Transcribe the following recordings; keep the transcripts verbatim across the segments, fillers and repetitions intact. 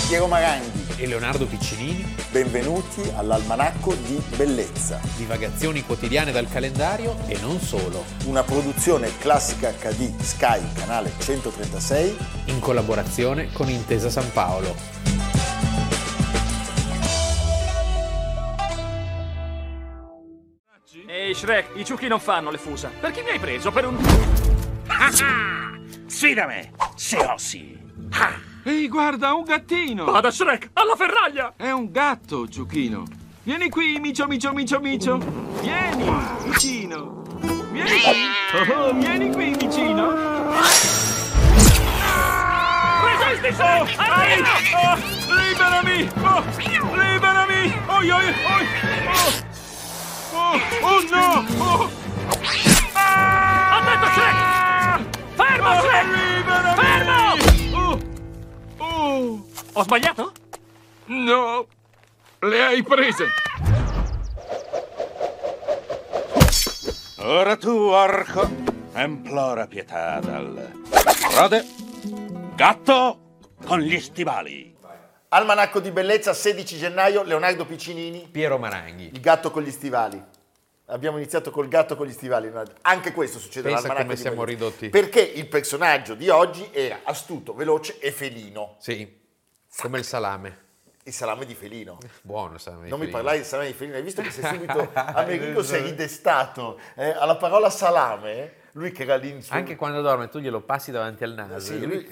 Piero Maranghi e Leonardo Piccinini. Benvenuti all'Almanacco di Bellezza. Divagazioni quotidiane dal calendario e non solo. Una produzione Classica acca di Sky, canale centotrentasei. In collaborazione con Intesa San Paolo. Ehi Shrek, i ciuchi non fanno le fusa. Perché mi hai preso per un... Ah ah! Sfida me, se osi. Ah! Ehi, guarda, un gattino! Vada Shrek, alla ferraglia! È un gatto, Giochino. Vieni qui, micio, micio, micio, micio. Vieni, vicino. Vieni qui. Oh, vieni qui, vicino. Resisti, Shrek! Ai! Oh, liberami! Oh, liberami! Oi, oi, oi! Oh, oh, oh no! Oh. Attento, Shrek! Fermo, Oh, Shrek! liberami! Fermo! Oh, oh. Ho sbagliato? No, le hai prese. Ora tu, orco, implora pietà dal prode gatto con gli stivali. Almanacco di Bellezza, sedici gennaio, Leonardo Piccinini. Piero Maranghi. Il gatto con gli stivali. Abbiamo iniziato col gatto con gli stivali. Anche questo succede Pensa all'Almanacco come di siamo Bellezza. ridotti. Perché il personaggio di oggi era astuto, veloce e felino. Sì, come il salame. Il salame di felino. Buono il salame di Non mi felino. parlare di salame di felino, hai visto che sei subito Amerigo si è ridestato eh, alla parola salame, lui che era lì in suo... Anche quando dorme tu glielo passi davanti al naso. Sì, lui...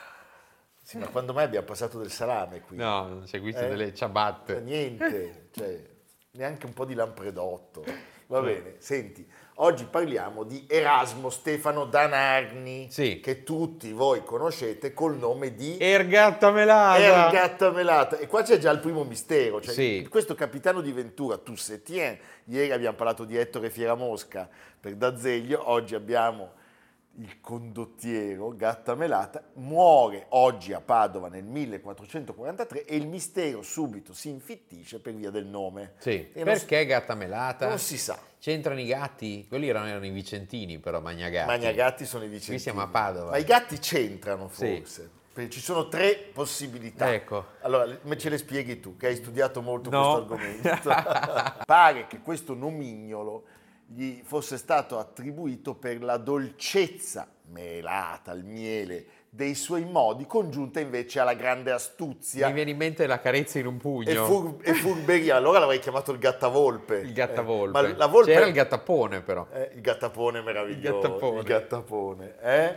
sì, ma quando mai abbiamo passato del salame qui? No, non seguite Eh? delle ciabatte. Niente, cioè, neanche un po' di lampredotto. Va bene, senti, oggi parliamo di Erasmo Stefano da Narni, Sì. che tutti voi conoscete col nome di Ergatta melata. Ergatta Melata. E qua c'è già il primo mistero, cioè Sì. questo capitano di Ventura, tu se tien, ieri abbiamo parlato di Ettore Fieramosca per D'Azeglio, oggi abbiamo il condottiero Gatta Melata, muore oggi a Padova nel millequattrocentoquarantatré e il mistero subito si infittisce per via del nome. Sì. E non Perché gatta melata? Non si sa. C'entrano i gatti? Quelli erano, erano i vicentini, però, Magnagatti. Magnagatti sono i vicentini. Qui siamo a Padova. Ma i gatti c'entrano Sì. forse. Perché ci sono tre possibilità. Ecco. Allora, me ce le spieghi tu, che hai studiato molto No. questo argomento. Pare che questo nomignolo gli fosse stato attribuito per la dolcezza melata, il miele, dei suoi modi, congiunta invece alla grande astuzia. Mi viene in mente la carezza in un E, pugno. fur- e furberia, allora l'avrei chiamato il gattavolpe. Il gattavolpe. Eh, ma la volpe... C'era il gattapone, però. Eh, il gattapone meraviglioso. Il gattapone. Il gattapone, eh?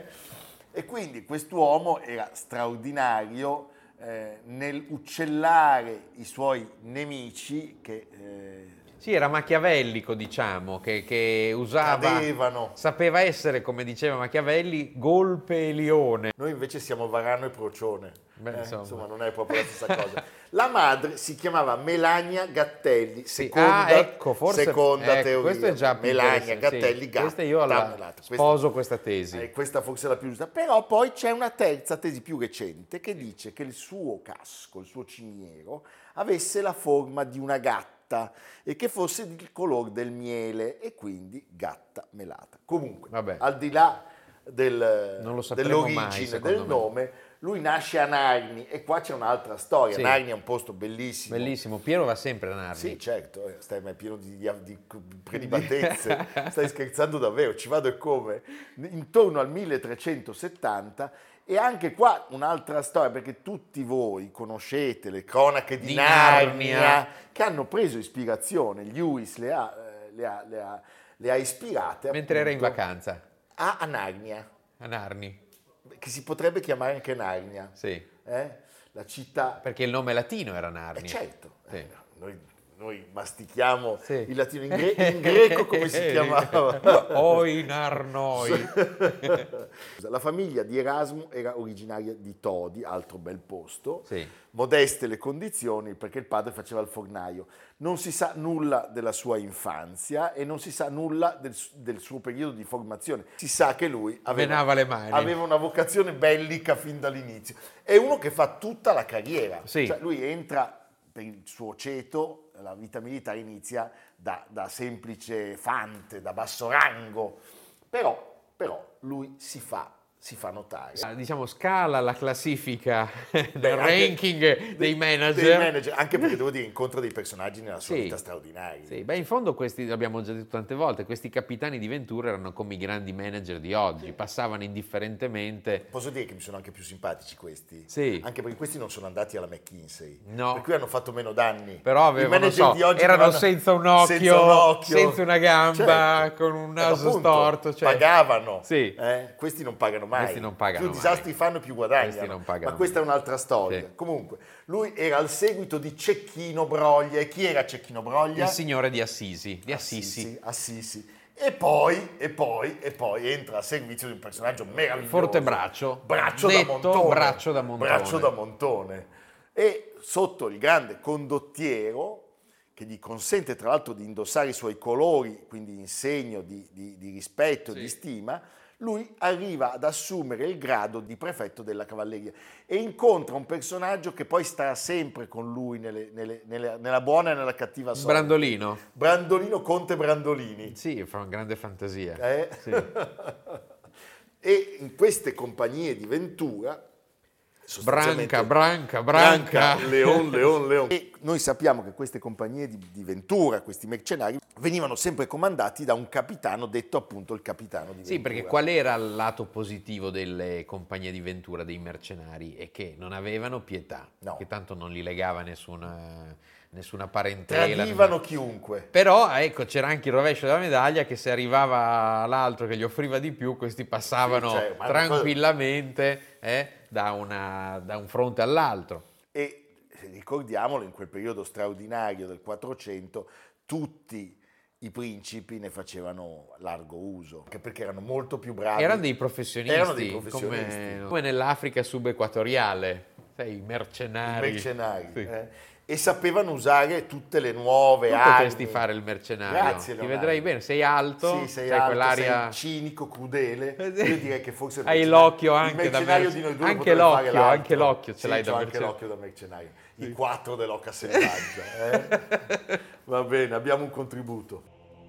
E quindi quest'uomo era straordinario eh, nel uccellare i suoi nemici che eh, Sì, era machiavellico, diciamo, che, che usava... cadevano. Sapeva essere, come diceva Machiavelli, golpe e leone. Noi invece siamo Varano e Procione. Beh, Eh, insomma. insomma, non è proprio la stessa cosa. La madre si chiamava Melania Gattelli, Sì. seconda, Ah, ecco, forse... seconda ecco, teoria. questo è già più Melania interessante. Gattelli, Sì, Gatta questa io la Melata. sposo questa tesi. Eh, questa forse è la più giusta. Però poi c'è una terza tesi più recente che dice che il suo casco, il suo cimiero, avesse la forma di una gatta e che fosse del colore del miele e quindi gatta melata. Comunque, Vabbè. al di là del, Non lo sapremo mai, dell'origine secondo del me. nome, lui nasce a Narni e qua c'è un'altra storia. Sì. Narni è un posto bellissimo. Bellissimo. Piero va sempre a Narni. Sì, certo, eh, stai ma è pieno di, di, di prelibatezze, stai scherzando davvero, ci vado e come. Intorno al milletrecentosettanta e anche qua un'altra storia, perché tutti voi conoscete le cronache di, Di Narnia, Narnia. che hanno preso ispirazione, Lewis le ha, eh, le ha, le ha, le ha ispirate Mentre era in appunto, vacanza a, a Narnia, a Narni. che si potrebbe chiamare anche Narnia, Sì. eh? La città... Perché il nome latino era Narni. Eh certo, Sì. eh, noi, noi mastichiamo Sì. il latino, in, gre- in greco come si chiamava? Oi Narnoi. La famiglia di Erasmo era originaria di Todi, altro bel posto, Sì. modeste le condizioni perché il padre faceva il fornaio. Non si sa nulla della sua infanzia e non si sa nulla del, del suo periodo di formazione. Si sa che lui aveva, Menava le mani. aveva una vocazione bellica fin dall'inizio. È uno che fa tutta la carriera. Sì. Cioè, lui entra per il suo ceto, la vita militare inizia da, da semplice fante, da basso rango, però, però lui si fa si fa notare. Ah, diciamo, scala la classifica del Beh, anche ranking dei manager. Dei manager, anche perché devo dire, incontra dei personaggi nella sua Sì. vita straordinari. Sì, beh, in fondo questi, l'abbiamo già detto tante volte, questi capitani di Ventura erano come i grandi manager di oggi, passavano indifferentemente. Posso dire che mi sono anche più simpatici questi? Sì. Anche perché questi non sono andati alla McKinsey, No. per cui hanno fatto meno danni. Però I avevano, manager so, di oggi erano che vanno- senza un occhio, senza, un occhio. senza una gamba, Certo. con un Eh, naso appunto, storto. Cioè, pagavano. Sì. Eh, questi non pagano mai. Questi non pagano più mai. disastri fanno, più guadagnano. Questi non pagano Ma questa mai. è un'altra storia. Sì. Comunque, lui era al seguito di Cecchino Broglia. E chi era Cecchino Broglia? il signore di Assisi, di Assisi. Assisi. E poi, e poi, e poi entra a servizio di un personaggio meraviglioso. Fortebraccio. Braccio Detto da montone. braccio da montone. Braccio da montone. E sotto il grande condottiero, che gli consente tra l'altro di indossare i suoi colori, quindi in segno di, di- di rispetto e Sì. di stima, lui arriva ad assumere il grado di prefetto della cavalleria e incontra un personaggio che poi starà sempre con lui nelle- nelle- nelle- nella buona e nella cattiva sorte. Brandolino. Brandolino Conte Brandolini. Sì, fa una grande fantasia. Eh? Sì. E in queste compagnie di Ventura, sostanzialmente- Branca, branca, branca. Leon, Leon, Leon. E noi sappiamo che queste compagnie di, di Ventura, questi mercenari, venivano sempre comandati da un capitano, detto appunto il capitano di Ventura. Sì, perché qual era il lato positivo delle compagnie di Ventura, dei mercenari? È che non avevano pietà, No. che tanto non li legava nessuna, nessuna parentela. Tradivano chiunque. Però ecco, c'era anche il rovescio della medaglia, che se arrivava l'altro che gli offriva di più, questi passavano Sì, cioè, ma- tranquillamente eh, da, una- da un fronte all'altro. E ricordiamolo, in quel periodo straordinario del quattrocento, tutti i principi ne facevano largo uso, anche perché erano molto più bravi. Erano dei professionisti, Erano dei professionisti. Come, come nell'Africa subequatoriale, sai, i mercenari. I mercenari, Sì. eh, e sapevano usare tutte le nuove Tu armi. potresti fare il mercenario, Grazie, ti Leonardo. vedrei bene, sei alto, Sì, sei sai alto, quell'aria... sei cinico, crudele. Eh, sì. Io direi che forse il Hai mercenario- l'occhio anche il da mercenario merce- di noi due anche potrebbe fare l'occhio, l'altro. anche l'occhio ce Sì, l'hai c'ho da anche mercenario. l'occhio da mercenario. I quattro dell'oca selvaggia. Eh? Va bene, abbiamo un contributo.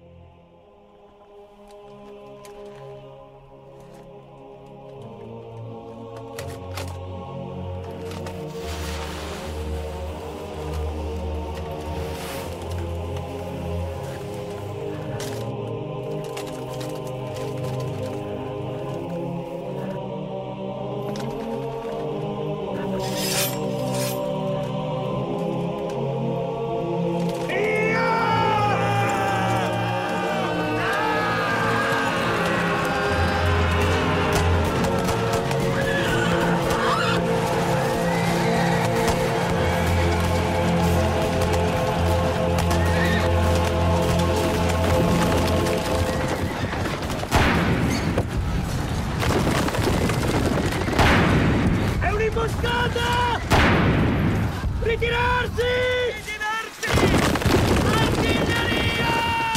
È un'imboscata! Ritirarsi! Ritirarsi! Artiglieria!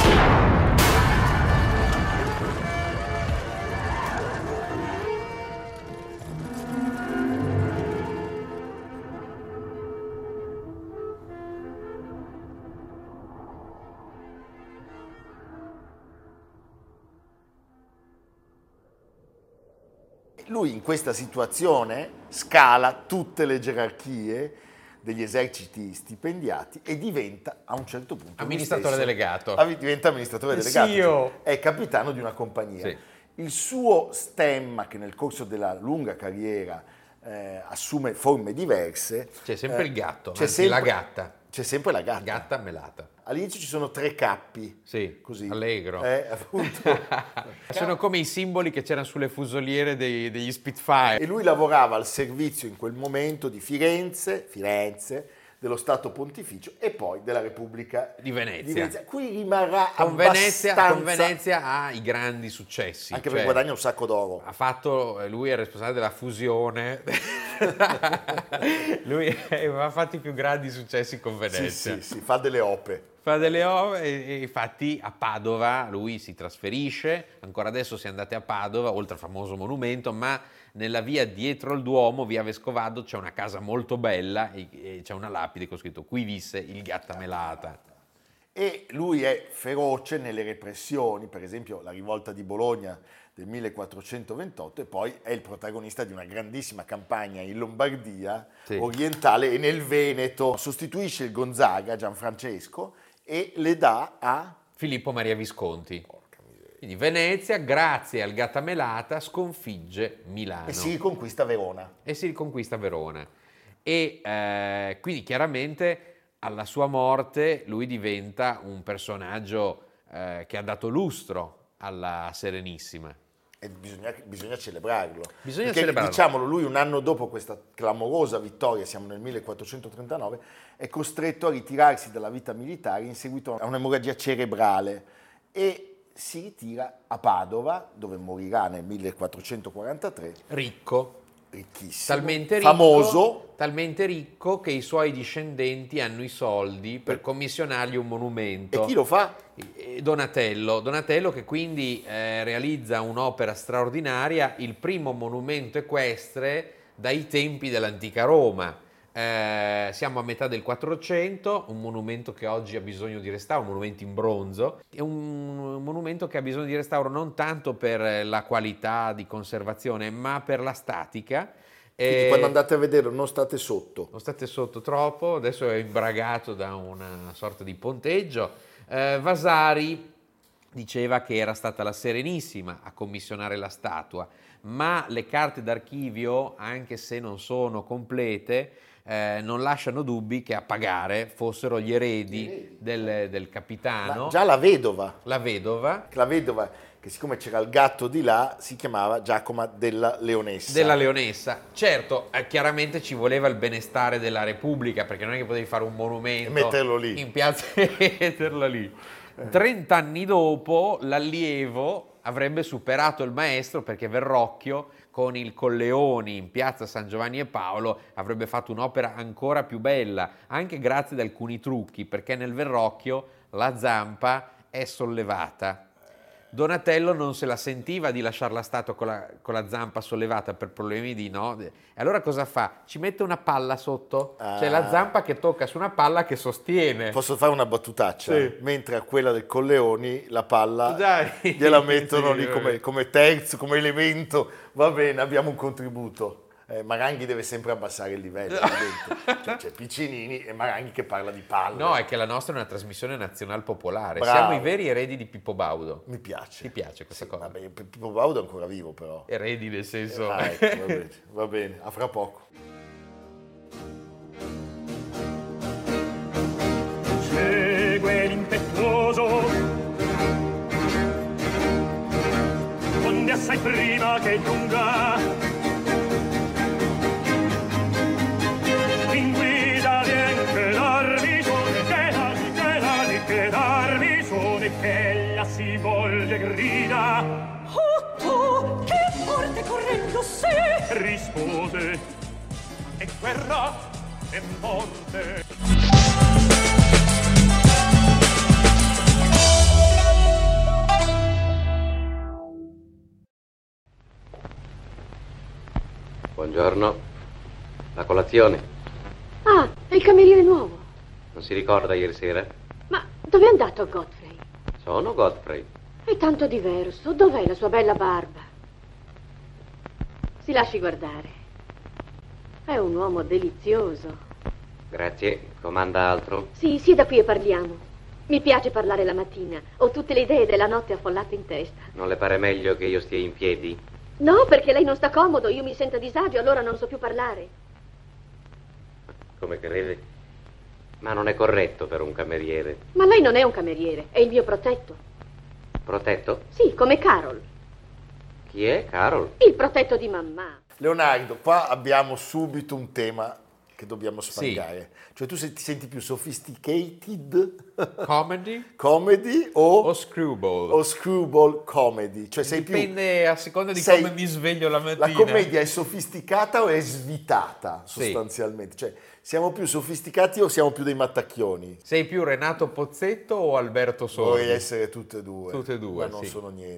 Lui in questa situazione scala tutte le gerarchie degli eserciti stipendiati e diventa a un certo punto lui Amministratore stesso- delegato. avi- diventa amministratore Eh, delegato, sì, io. cioè è capitano di una compagnia. Sì. Il suo stemma, che nel corso della lunga carriera eh, assume forme diverse, C'è sempre eh, il gatto, c'è anzi la gatta. C'è sempre la gatta. Gatta melata. All'inizio ci sono tre cappi. Sì, Così. allegro. Eh, appunto. Sono come i simboli che c'erano sulle fusoliere dei- degli Spitfire. E lui lavorava al servizio in quel momento di Firenze, Firenze, dello Stato Pontificio e poi della Repubblica Di Venezia. Qui rimarrà Con Venezia, abbastanza, con Venezia ha i grandi successi. anche cioè, perché guadagna un sacco d'oro. ha fatto, lui è responsabile della fusione. Lui ha fatto i più grandi successi con Sì, Venezia. sì, sì, fa delle ope. Fa delle ove e, e infatti a Padova lui si trasferisce, ancora adesso se andate a Padova, oltre al famoso monumento, ma nella via dietro il Duomo, via Vescovado, c'è una casa molto bella e, e c'è una lapide con scritto "Qui visse il Gattamelata". E lui è feroce nelle repressioni, per esempio la rivolta di Bologna del millequattrocentoventotto, e poi è il protagonista di una grandissima campagna in Lombardia Sì. orientale e nel Veneto. Sostituisce il Gonzaga, Gianfrancesco, e le dà a Filippo Maria Visconti. Quindi Venezia, grazie al Gattamelata, sconfigge Milano. e si riconquista Verona. E si riconquista Verona. E eh, quindi chiaramente alla sua morte lui diventa un personaggio eh, che ha dato lustro alla Serenissima. E bisogna, bisogna celebrarlo. Bisogna Perché, celebrarlo. diciamolo, lui un anno dopo questa clamorosa vittoria, siamo nel millequattrocentotrentanove, è costretto a ritirarsi dalla vita militare in seguito a un'emorragia cerebrale e si ritira a Padova, dove morirà nel millequattrocentoquarantatré, Ricco, ricchissimo, talmente ricco, famoso. talmente ricco che i suoi discendenti hanno i soldi per commissionargli un monumento. E chi lo fa? Donatello, Donatello che quindi eh, realizza un'opera straordinaria, il primo monumento equestre dai tempi dell'antica Roma. Eh, siamo a metà del quattrocento, un monumento che oggi ha bisogno di restauro, un monumento in bronzo, è un monumento che ha bisogno di restauro non tanto per la qualità di conservazione, ma per la statica. Quindi Eh, quando andate a vederlo non state sotto. non state sotto troppo, adesso è imbragato da una sorta di ponteggio. Eh, Vasari diceva che era stata la Serenissima a commissionare la statua, ma le carte d'archivio, anche se non sono complete, eh, non lasciano dubbi che a pagare fossero gli eredi del, del capitano, Ma già la vedova, la vedova la vedova, che siccome c'era il gatto di là, si chiamava Giacoma della Leonessa. della Leonessa. Certo, eh, chiaramente ci voleva il benestare della Repubblica, perché non è che potevi fare un monumento E metterlo lì. in piazza e metterlo lì. Trent'anni dopo l'allievo avrebbe superato il maestro, perché Verrocchio con il Colleoni in piazza San Giovanni e Paolo avrebbe fatto un'opera ancora più bella, anche grazie ad alcuni trucchi, perché nel Verrocchio la zampa è sollevata. Donatello non se la sentiva di lasciare la statua con la, con la zampa sollevata per problemi di no. E allora cosa fa? Ci mette una palla sotto, Ah. cioè la zampa che tocca su una palla che sostiene. Posso fare una battutaccia? Sì. Mentre a quella del Colleoni la palla Dai. gliela mettono Sì, lì come, vabbè. come terzo, come elemento. Va bene, abbiamo un contributo. Eh, Maranghi deve sempre abbassare il livello, evidente. Cioè, c'è Piccinini e Maranghi che parla di palle. No, è che la nostra è una trasmissione nazional popolare. Bravo. Siamo i veri eredi di Pippo Baudo. Mi piace. Ti piace questa Sì, cosa? vabbè, Pippo Baudo è ancora vivo però. Eredi nel senso... Ah, ecco, va bene, va bene, a fra poco. Segue l'impetuoso, onde assai prima che giunga, in guida vien che darmi sono, che darmi, che darmi, che darmi sono, e che ella si volge grida. Oh tu, che forte correndo sei! Rispose, e guerra e morte. Buongiorno. La colazione. Ah, è il cameriere nuovo. Non si ricorda ieri sera? Ma dove è andato Godfrey? Sono Godfrey. È tanto diverso. Dov'è la sua bella barba? Si lasci guardare. È un uomo delizioso. Grazie. Comanda altro? Sì, sieda qui e parliamo. Mi piace parlare la mattina. Ho tutte le idee della notte affollate in testa. Non le pare meglio che io stia in piedi? No, perché lei non sta comodo, io mi sento a disagio, allora non so più parlare. Come crede? Ma non è corretto per un cameriere. Ma lei non è un cameriere, è il mio protetto. Protetto? Sì, come Carol. Chi è? Carol? Il protetto di mamma. Leonardo, qua abbiamo subito un tema che dobbiamo sfangare. Cioè tu se- ti senti più sophisticated Comedy comedy o, o screwball? o screwball comedy? Cioè sei più... Dipende a seconda di sei- come mi sveglio la mattina. La commedia è sofisticata o è svitata Sì. sostanzialmente? Cioè siamo più sofisticati o siamo più dei mattacchioni? Sei più Renato Pozzetto o Alberto Sordi? Vuoi essere tutte e due. Tutte e due, ma non sì. sono niente.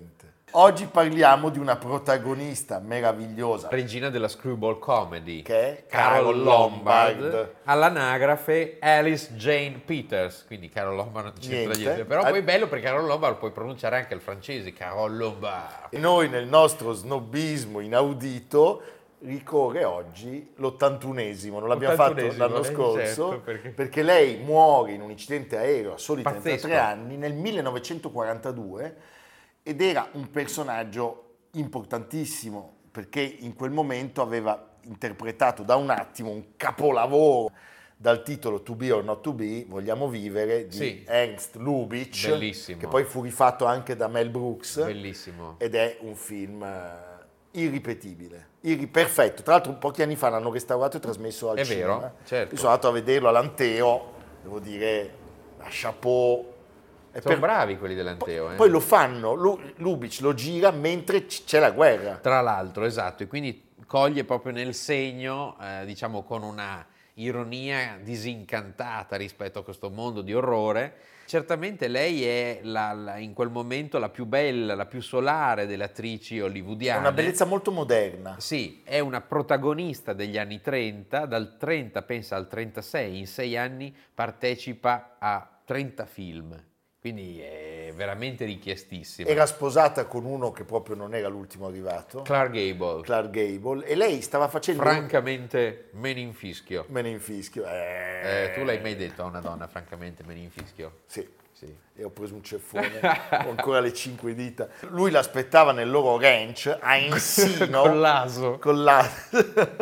Oggi parliamo di una protagonista meravigliosa, regina della screwball comedy, che è Carole Carole Lombard, Lombard. All'anagrafe Alice Jane Peters, quindi Carole Lombard non c'entra Niente. niente, però Ah. poi è bello perché Carole Lombard puoi pronunciare anche il francese, Carole Lombard. E noi nel nostro snobismo inaudito ricorre oggi l'ottantunesimo, non l'abbiamo fatto Ottantunesimo, l'anno eh, scorso, certo, perché- perché lei muore in un incidente aereo a soli Pazzesco. trentatré anni nel millenovecentoquarantadue ed era un personaggio importantissimo perché in quel momento aveva interpretato da un attimo un capolavoro dal titolo To Be or Not To Be, Vogliamo vivere, di Sì. Ernst Lubitsch, Bellissimo. che poi fu rifatto anche da Mel Brooks. Bellissimo. Ed è un film eh, irripetibile, Irri- perfetto. Tra l'altro pochi anni fa l'hanno restaurato e trasmesso al È cinema. vero, certo. Io sono andato a vederlo all'Anteo, devo dire, a chapeau. E Sono per- bravi quelli dell'Anteo. Eh. Poi lo fanno, Lu- Lubitsch lo gira mentre c- c'è la guerra. Tra l'altro, esatto, e quindi coglie proprio nel segno, eh, diciamo con una ironia disincantata rispetto a questo mondo di orrore. Certamente lei è la- la- in quel momento la più bella, la più solare delle attrici È hollywoodiane. una bellezza molto moderna. Sì, è una protagonista degli anni trenta, dal trenta pensa al trentasei, in sei anni partecipa a trenta film, quindi è veramente richiestissima. Era sposata con uno che proprio non era l'ultimo arrivato, Clark Gable, Clark Gable, e lei stava facendo... francamente me ne infischio. Me ne infischio. Eh, Eh, tu l'hai mai detto a una donna, francamente me ne infischio? Sì. Sì. E ho preso un ceffone, ho ancora le cinque dita. Lui l'aspettava nel loro ranch a Ensino. Con l'aso. Con l'aso.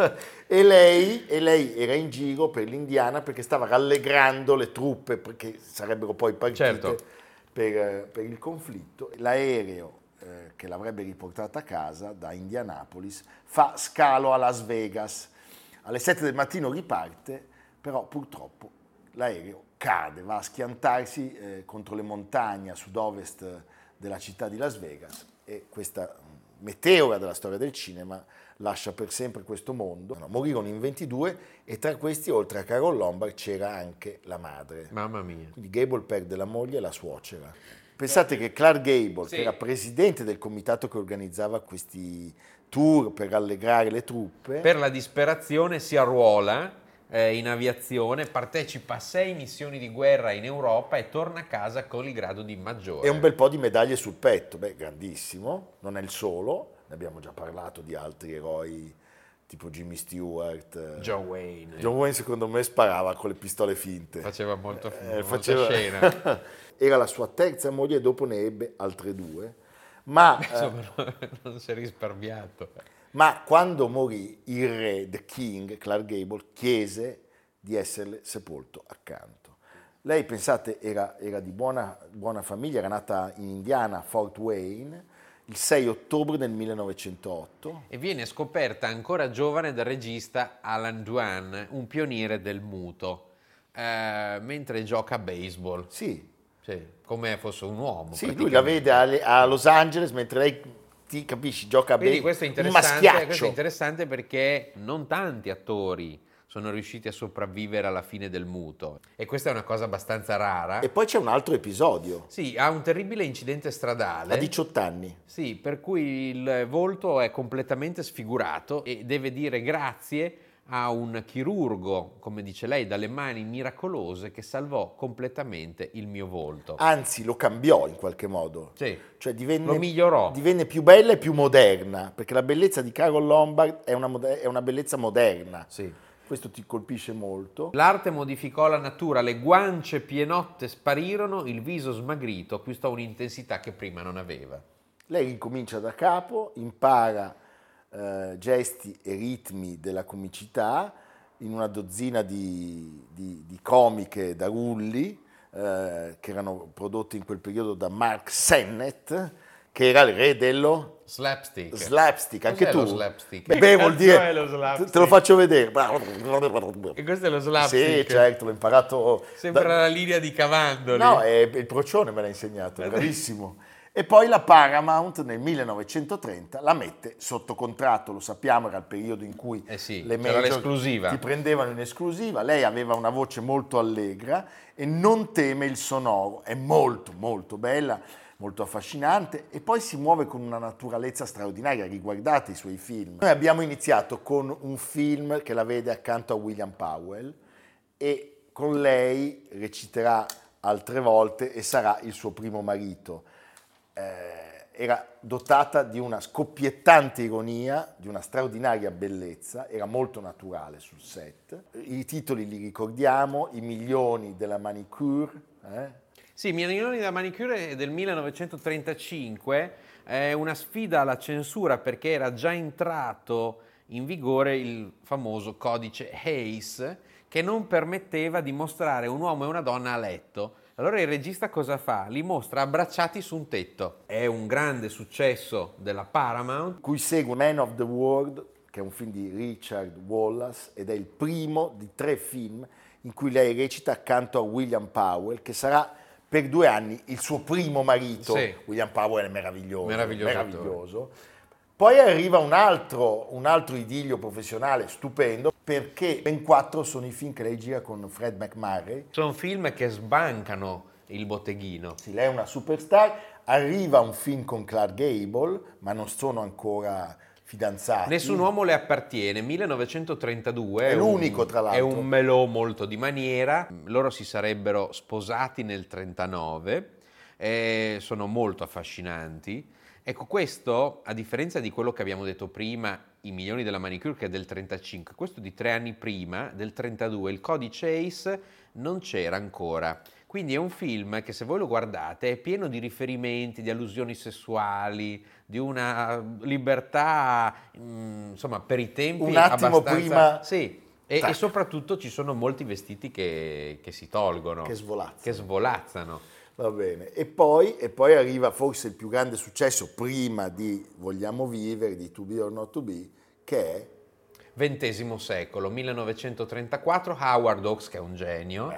e, lei, e lei era in giro per l'Indiana perché stava rallegrando le truppe perché sarebbero poi partite Certo. per, per il conflitto. L'aereo eh, che l'avrebbe riportata a casa da Indianapolis fa scalo a Las Vegas. Alle sette del mattino riparte, però purtroppo l'aereo cade, va a schiantarsi eh, contro le montagne a sud-ovest della città di Las Vegas e questa meteora della storia del cinema lascia per sempre questo mondo. No, morirono in ventidue e tra questi, oltre a Carole Lombard, c'era anche la madre. Mamma mia. Quindi Gable perde la moglie e la suocera. Pensate che Clark Gable, Sì. che era presidente del comitato che organizzava questi tour per rallegrare le truppe, Per la disperazione si arruola eh, in aviazione, partecipa a sei missioni di guerra in Europa e torna a casa con il grado di maggiore. e un bel po' di medaglie sul petto. Beh, grandissimo, non è il solo, ne abbiamo già parlato di altri eroi tipo Jimmy Stewart. eh. John Wayne. John Wayne secondo me sparava con le pistole finte. Faceva molto, Eh, molta faceva- scena. Era la sua terza moglie e dopo ne ebbe altre due. Ma, eh, Insomma, non si è risparmiato. ma quando morì il re, the king, Clark Gable, chiese di esserle sepolto accanto. Lei, pensate, era, era di buona, buona famiglia, era nata in Indiana, a Fort Wayne, il sei ottobre del millenovecentootto. E viene scoperta ancora giovane dal regista Alan Dwan, un pioniere del muto, eh, mentre gioca a baseball. Sì, Sì, come fosse un uomo. sì, lui la vede a, a Los Angeles mentre lei, ti capisci, gioca a Quindi baseball, questo è un interessante, questo è maschiaccio. interessante perché non tanti attori sono riusciti a sopravvivere alla fine del muto e questa è una cosa abbastanza rara. E poi c'è un altro episodio, Sì, ha un terribile incidente stradale. a diciotto anni. Sì, per cui il volto è completamente sfigurato e deve dire grazie a un chirurgo, come dice lei, dalle mani miracolose che salvò completamente il mio volto. Anzi, lo cambiò in qualche modo. Sì, Cioè divenne, lo migliorò. divenne più bella e più moderna, perché la bellezza di Carole Lombard è una, mode- è una bellezza moderna. Sì. Questo ti colpisce molto. L'arte modificò la natura, le guance pienotte sparirono, il viso smagrito acquistò un'intensità che prima non aveva. Lei ricomincia da capo, impara eh, gesti e ritmi della comicità in una dozzina di, di- di comiche da rulli eh, che erano prodotte in quel periodo da Mark Sennett, che era il re dello Slapstick. slapstick. Anche Cos'è tu? lo slapstick? Beh, Che vuol cazzo dire, è lo slapstick? te lo faccio vedere. E questo è lo slapstick? Sì, certo, l'ho imparato. Sembra da- la linea di Cavandoli. No, è il procione me l'ha insegnato, è bravissimo. E poi la Paramount nel millenovecentotrenta la mette sotto contratto, lo sappiamo, era il periodo in cui Eh sì, le c'era major l'esclusiva. ti prendevano in esclusiva, lei aveva una voce molto allegra e non teme il sonoro, è molto molto bella, molto affascinante, e poi si muove con una naturalezza straordinaria. Riguardate i suoi film. Noi abbiamo iniziato con un film che la vede accanto a William Powell, e con lei reciterà altre volte e sarà il suo primo marito. Eh, era dotata di una scoppiettante ironia, di una straordinaria bellezza, era molto naturale sul set. I titoli li ricordiamo: I milioni della manicure. Eh? Sì, I milioni della manicure è del millenovecentotrentacinque, è una sfida alla censura perché era già entrato in vigore il famoso codice Hays, che non permetteva di mostrare un uomo e una donna a letto. Allora il regista cosa fa? Li mostra abbracciati su un tetto. È un grande successo della Paramount. Cui segue Man of the World, che è un film di Richard Wallace, ed è il primo di tre film in cui lei recita accanto a William Powell, che sarà per due anni il suo primo marito. Sì. William Powell è meraviglioso. Meraviglioso. meraviglioso. Poi arriva un altro, un altro idillio professionale stupendo, perché ben quattro sono i film che lei gira con Fred MacMurray. Sono film che sbancano il botteghino. Sì, lei è una superstar. Arriva un film con Clark Gable, ma non sono ancora fidanzati. Nessun uomo le appartiene. millenovecentotrentadue È è l'unico, un, tra l'altro. È un melò molto di maniera. Loro si sarebbero sposati nel trentanove, e sono molto affascinanti. Ecco, questo, a differenza di quello che abbiamo detto prima, I milioni della manicure, che è del trentacinque, questo di tre anni prima, del trentadue, il codice Hays non c'era ancora. Quindi è un film che, se voi lo guardate, è pieno di riferimenti, di allusioni sessuali, di una libertà, mh, insomma, per i tempi un attimo abbastanza... prima. Sì, e, e soprattutto ci sono molti vestiti che, che si tolgono. Che svolazzano. Che svolazzano. Va bene, e poi, e poi arriva forse il più grande successo prima di Vogliamo vivere, di To Be or Not To Be, che è... Ventesimo secolo, millenovecentotrentaquattro, Howard Hawks, che è un genio,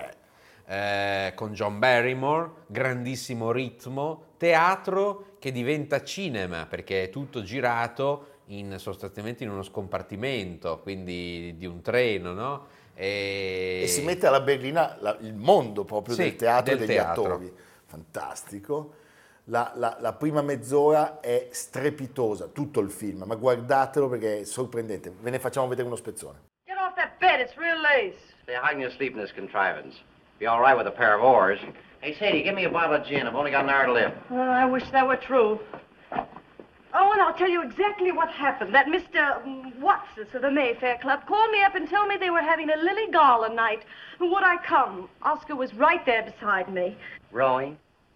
eh, con John Barrymore, grandissimo ritmo, teatro che diventa cinema, perché è tutto girato in, sostanzialmente in uno scompartimento, quindi di un treno, no? E, e si mette alla berlina la, il mondo proprio sì, del teatro del e degli teatro. attori. Fantastico. La, la, la prima mezz'ora è strepitosa, tutto il film, ma guardatelo perché è sorprendente. Ve ne facciamo vedere uno spezzone. Get off that bed, it's real lace. Say, how can you sleep in this contrivance? Be all right with a pair of oars. Hey, Sadie, give me a bottle of gin. I've only got an hour to live. Oh, I wish that were true. Oh, and I'll tell you exactly what happened. That Mister Watson of the Mayfair Club called me up and told me they were having a Lily Gala night. Would I come? Oscar was right there beside me. Rowing?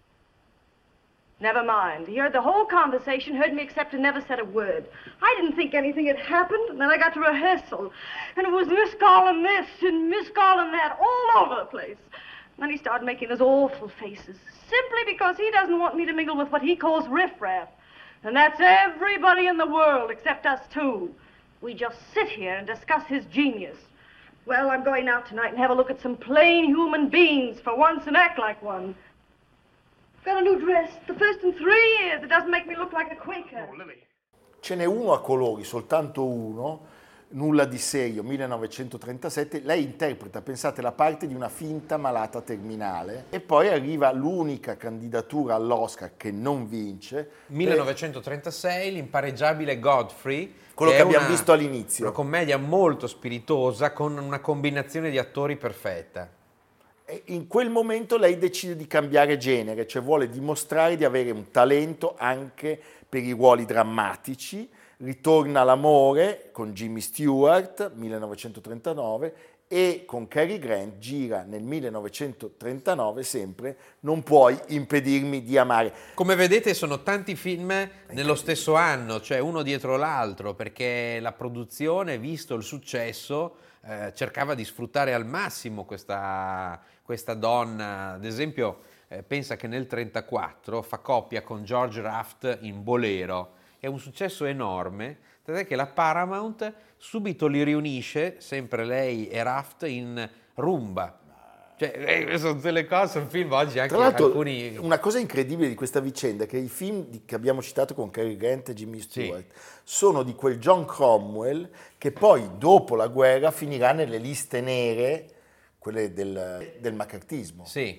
Never mind. He heard the whole conversation, heard me except and never said a word. I didn't think anything had happened, and then I got to rehearsal, and it was Miss Garland this and Miss Garland that all over the place. And then he started making those awful faces, simply because he doesn't want me to mingle with what he calls riffraff. And that's everybody in the world except us two. We just sit here and discuss his genius. Well, I'm going out tonight and have a look at some plain human beings for once and act like one. Got a new dress, the first in three years. It doesn't make me look like a Quaker. Ce n'è uno a colori, soltanto uno, Nulla di serio, millenovecentotrentasette. Lei interpreta, pensate, la parte di una finta malata terminale, e poi arriva l'unica candidatura all'Oscar che non vince. millenovecentotrentasei, l'impareggiabile Godfrey. Quello che, che abbiamo una, visto all'inizio. Una commedia molto spiritosa con una combinazione di attori perfetta. E in quel momento lei decide di cambiare genere, cioè vuole dimostrare di avere un talento anche per i ruoli drammatici. Ritorna l'amore con Jimmy Stewart, millenovecentotrentanove, e con Cary Grant gira nel millenovecentotrentanove sempre Non puoi impedirmi di amare. Come vedete sono tanti film nello stesso anno, cioè uno dietro l'altro, perché la produzione, visto il successo, eh, cercava di sfruttare al massimo questa, questa donna. Ad esempio, eh, pensa che nel trentaquattro fa coppia con George Raft in Bolero. È un successo enorme, tant'è che la Paramount subito li riunisce, sempre lei e Raft, in Rumba. Cioè, sono tutte le cose, sono film oggi anche Tra l'altro, alcuni... una cosa incredibile di questa vicenda è che i film di, che abbiamo citato con Cary Grant e Jimmy Stewart sì. sono di quel John Cromwell che poi, dopo la guerra, finirà nelle liste nere, quelle del, del maccartismo. Sì.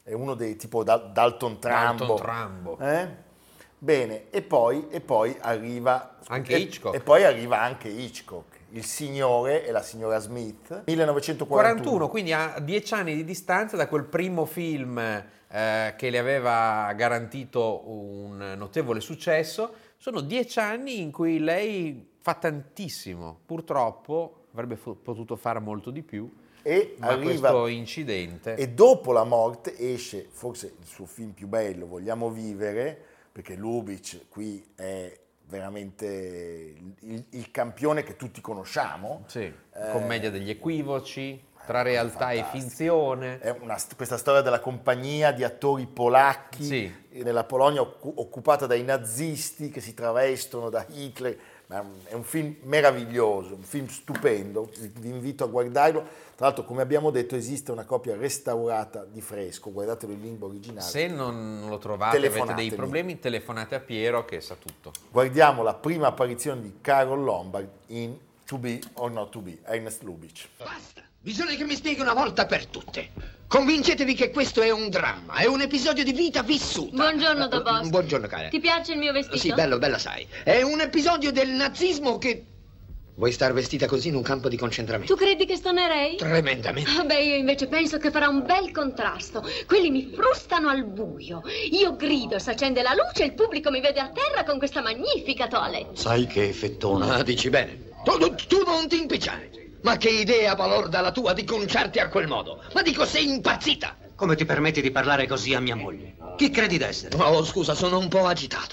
è uno dei tipo Dal- Dalton Trumbo. Dalton Trumbo. Eh? Bene, e poi, e poi arriva... Anche e, Hitchcock. E poi arriva anche Hitchcock, Il signore e la signora Smith, millenovecentoquarantuno. quarantuno, quindi a dieci anni di distanza da quel primo film eh, che le aveva garantito un notevole successo. Sono dieci anni in cui lei fa tantissimo, purtroppo avrebbe f- potuto fare molto di più, e ma arriva, questo incidente... E dopo la morte esce forse il suo film più bello, Vogliamo vivere, perché Lubitsch qui è veramente il, il campione che tutti conosciamo. Sì, eh, commedia degli equivoci, tra realtà e finzione. È una, questa storia della compagnia di attori polacchi sì. nella Polonia occupata dai nazisti che si travestono da Hitler. È un film meraviglioso, un film stupendo, vi invito a guardarlo. Tra l'altro, come abbiamo detto, esiste una copia restaurata di Fresco, guardatelo in lingua originale. Se non lo trovate, avete dei problemi, telefonate a Piero che sa tutto. Guardiamo la prima apparizione di Carol Lombard in To Be or Not To Be, Ernest Lubitsch. Basta, bisogna che mi spieghi una volta per tutte. Convincetevi che questo è un dramma, è un episodio di vita vissuta. Buongiorno, Da Bosco. Buongiorno, cara. Ti piace il mio vestito? Sì, bello, bella sai. È un episodio del nazismo che... Vuoi star vestita così in un campo di concentramento? Tu credi che stonerei? Tremendamente. Ah, beh, io invece penso che farà un bel contrasto. Quelli mi frustano al buio. Io grido, si accende la luce e il pubblico mi vede a terra con questa magnifica toilette. Sai che effettona. Ah, dici bene. Tu, tu, tu non ti impicciare. Ma che idea balorda la tua di conciarti a quel modo? Ma dico, sei impazzita. Come ti permetti di parlare così a mia moglie? Chi credi d'essere? Oh, scusa, sono un po' agitato.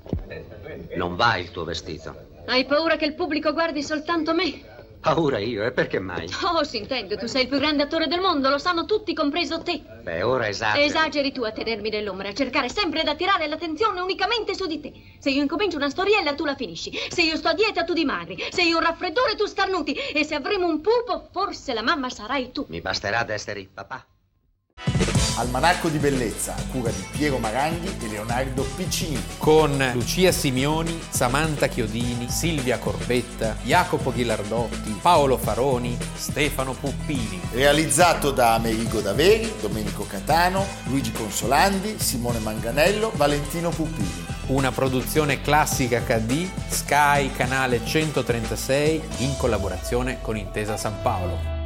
Non va il tuo vestito. Hai paura che il pubblico guardi soltanto me? Paura io, e perché mai? Oh, si intende, tu sei il più grande attore del mondo, lo sanno tutti, compreso te. Beh, ora esageri. Esageri tu a tenermi nell'ombra, a cercare sempre di attirare l'attenzione unicamente su di te. Se io incomincio una storiella, tu la finisci. Se io sto a dieta, tu dimagri. Se io ho un raffreddore, tu starnuti. E se avremo un pupo, forse la mamma sarai tu. Mi basterà d'essere il papà. Almanacco di bellezza a cura di Piero Maranghi e Leonardo Piccini. Con Lucia Simioni, Samantha Chiodini, Silvia Corbetta, Jacopo Ghilardotti, Paolo Faroni, Stefano Puppini. Realizzato da Amerigo Daveri, Domenico Catano, Luigi Consolandi, Simone Manganello, Valentino Puppini. Una produzione Classica acca di, Sky, canale centotrentasei, in collaborazione con Intesa San Paolo.